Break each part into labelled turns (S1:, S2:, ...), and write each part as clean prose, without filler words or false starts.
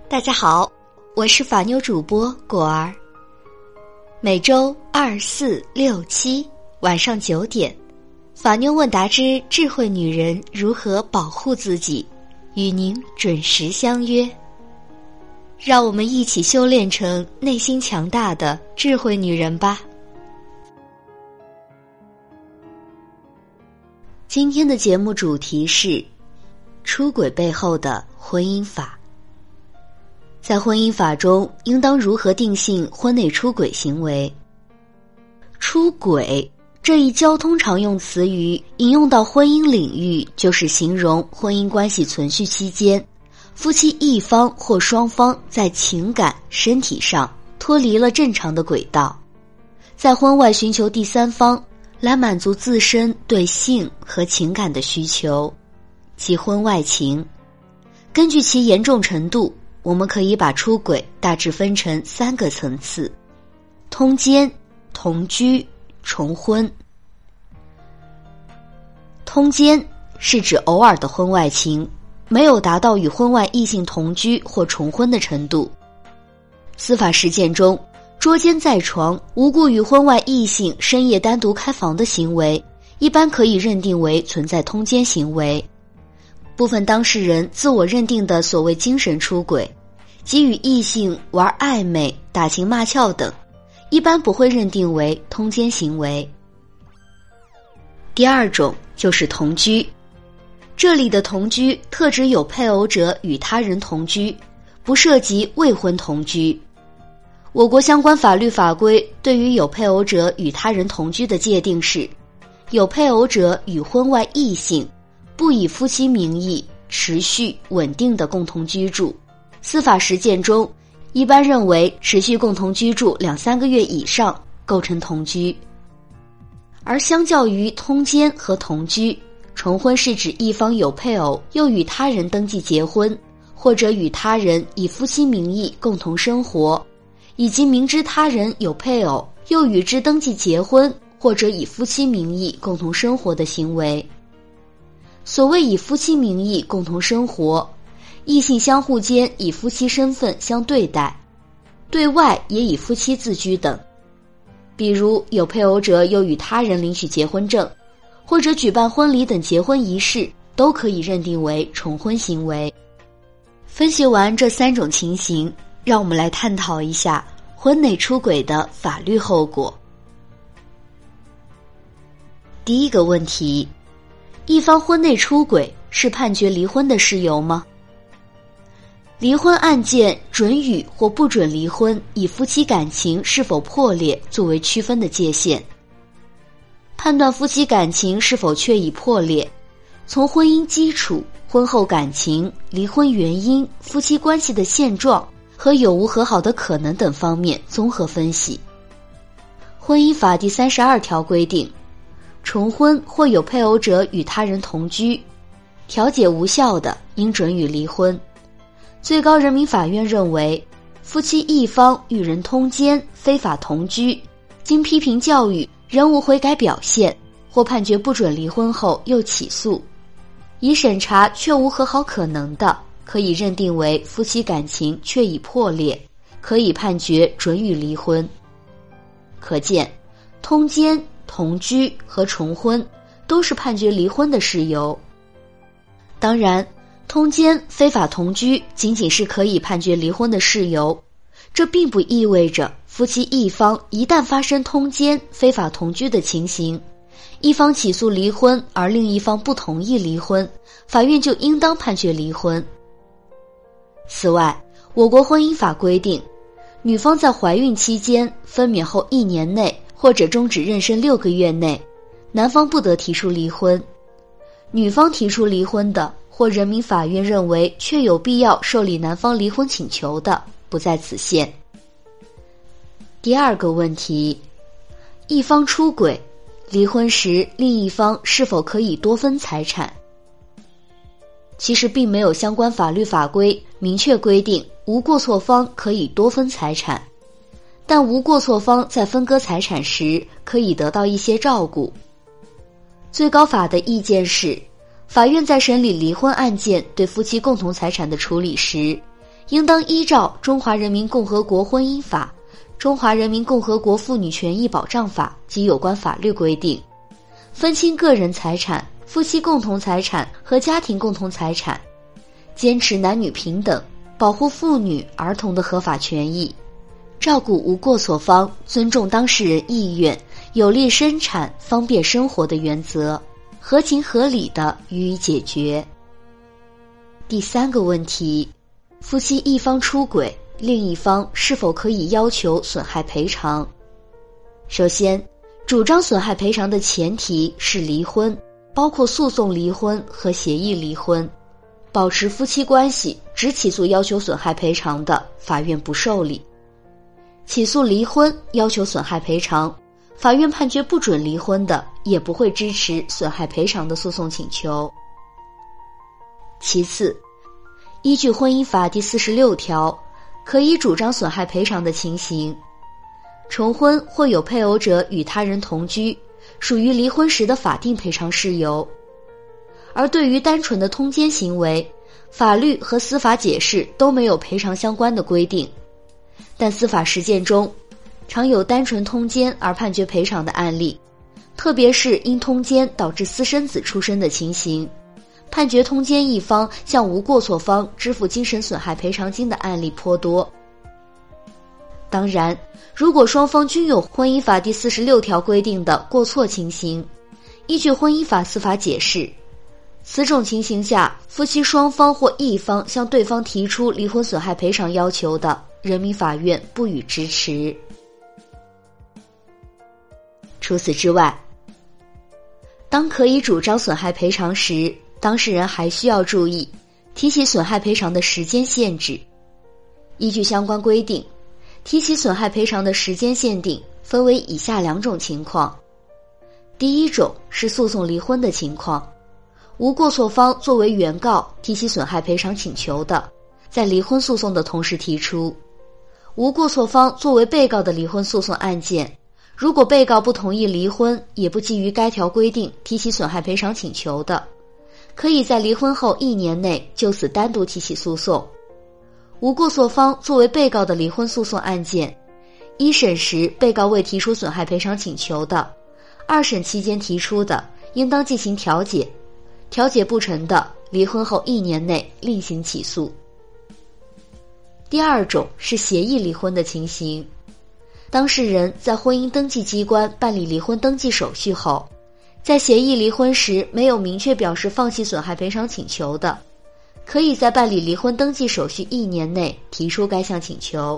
S1: 大家好，我是法妞主播果儿。每周2、4、6、7晚上9点，法妞问答之智慧女人如何保护自己，与您准时相约。让我们一起修炼成内心强大的智慧女人吧。今天的节目主题是出轨背后的婚姻法。在婚姻法中，应当如何定性婚内出轨行为？出轨这一交通常用词语引用到婚姻领域，就是形容婚姻关系存续期间，夫妻一方或双方在情感、身体上脱离了正常的轨道，在婚外寻求第三方来满足自身对性和情感的需求，即婚外情。根据其严重程度，我们可以把出轨大致分成3个层次：通奸、同居、重婚。通奸是指偶尔的婚外情，没有达到与婚外异性同居或重婚的程度。司法实践中，捉奸在床、无故与婚外异性深夜单独开房的行为，一般可以认定为存在通奸行为。部分当事人自我认定的所谓精神出轨，即与异性玩暧昧、打情骂俏等，一般不会认定为通奸行为。第2种就是同居，这里的同居特指有配偶者与他人同居，不涉及未婚同居。我国相关法律法规对于有配偶者与他人同居的界定是：有配偶者与婚外异性不以夫妻名义持续稳定的共同居住。司法实践中，一般认为持续共同居住2、3个月以上构成同居。而相较于通奸和同居，重婚是指一方有配偶又与他人登记结婚，或者与他人以夫妻名义共同生活，以及明知他人有配偶又与之登记结婚，或者以夫妻名义共同生活的行为。所谓以夫妻名义共同生活，异性相互间以夫妻身份相对待，对外也以夫妻自居等。比如有配偶者又与他人领取结婚证，或者举办婚礼等结婚仪式，都可以认定为重婚行为。分析完这3种情形，让我们来探讨一下婚内出轨的法律后果。第一个问题，一方婚内出轨是判决离婚的事由吗？离婚案件准予或不准离婚，以夫妻感情是否破裂作为区分的界限。判断夫妻感情是否确已破裂，从婚姻基础、婚后感情、离婚原因、夫妻关系的现状和有无和好的可能等方面综合分析。婚姻法第32条规定，重婚或有配偶者与他人同居，调解无效的，应准予离婚。最高人民法院认为，夫妻一方与人通奸、非法同居，经批评教育仍无悔改表现，或判决不准离婚后又起诉，已审查确无和好可能的，可以认定为夫妻感情确已破裂，可以判决准予离婚。可见，通奸、同居和重婚都是判决离婚的事由。当然，通奸、非法同居仅仅是可以判决离婚的事由，这并不意味着夫妻一方一旦发生通奸、非法同居的情形，一方起诉离婚而另一方不同意离婚，法院就应当判决离婚。此外，我国婚姻法规定，女方在怀孕期间、分娩后1年内或者终止妊娠6个月内，男方不得提出离婚。女方提出离婚的，或人民法院认为确有必要受理男方离婚请求的，不在此限。第2个问题，一方出轨，离婚时另一方是否可以多分财产？其实并没有相关法律法规明确规定无过错方可以多分财产，但无过错方在分割财产时可以得到一些照顾。最高法的意见是，法院在审理离婚案件对夫妻共同财产的处理时， 应当依照《中华人民共和国婚姻法》、《中华人民共和国妇女权益保障法》及有关法律规定，分清个人财产、夫妻共同财产和家庭共同财产，坚持男女平等，保护妇女、儿童的合法权益，照顾无过错方，尊重当事人意愿，有利生产、方便生活的原则，合情合理地予以解决。第3个问题，夫妻一方出轨，另一方是否可以要求损害赔偿？首先，主张损害赔偿的前提是离婚，包括诉讼离婚和协议离婚。保持夫妻关系只起诉要求损害赔偿的，法院不受理；起诉离婚要求损害赔偿，法院判决不准离婚的，也不会支持损害赔偿的诉讼请求。其次，依据婚姻法第46条，可以主张损害赔偿的情形，重婚或有配偶者与他人同居，属于离婚时的法定赔偿事由。而对于单纯的通奸行为，法律和司法解释都没有赔偿相关的规定，但司法实践中常有单纯通奸而判决赔偿的案例，特别是因通奸导致私生子出生的情形，判决通奸一方向无过错方支付精神损害赔偿金的案例颇多。当然，如果双方均有婚姻法第46条规定的过错情形，依据婚姻法司法解释，此种情形下，夫妻双方或一方向对方提出离婚损害赔偿要求的，人民法院不予支持。除此之外，当可以主张损害赔偿时，当事人还需要注意提起损害赔偿的时间限制。依据相关规定，提起损害赔偿的时间限定分为以下2种情况。第一种是诉讼离婚的情况，无过错方作为原告提起损害赔偿请求的，在离婚诉讼的同时提出；无过错方作为被告的离婚诉讼案件，如果被告不同意离婚，也不基于该条规定提起损害赔偿请求的，可以在离婚后1年内就此单独提起诉讼。无过错方作为被告的离婚诉讼案件，一审时被告未提出损害赔偿请求的，2审期间提出的，应当进行调解，调解不成的，离婚后1年内另行起诉。第2种是协议离婚的情形，当事人在婚姻登记机关办理离婚登记手续后，在协议离婚时没有明确表示放弃损害赔偿请求的，可以在办理离婚登记手续1年内提出该项请求。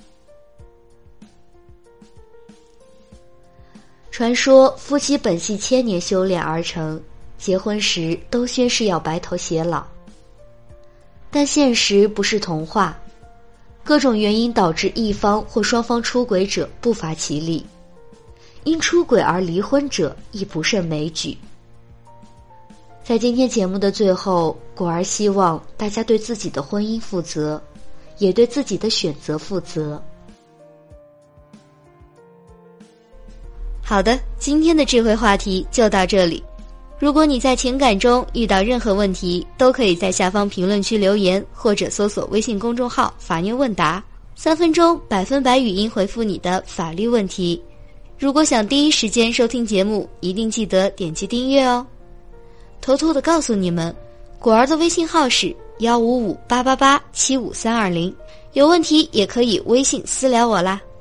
S1: 传说夫妻本系千年修炼而成，结婚时都宣誓要白头偕老，但现实不是童话，各种原因导致一方或双方出轨者不乏其例，因出轨而离婚者亦不胜枚举。在今天节目的最后，果儿希望大家对自己的婚姻负责，也对自己的选择负责。好的，今天的智慧话题就到这里。如果你在情感中遇到任何问题，都可以在下方评论区留言，或者搜索微信公众号法妞问答，3分钟100%语音回复你的法律问题。如果想第一时间收听节目，一定记得点击订阅哦。偷偷的告诉你们，果儿的微信号是15588875320，有问题也可以微信私聊我啦。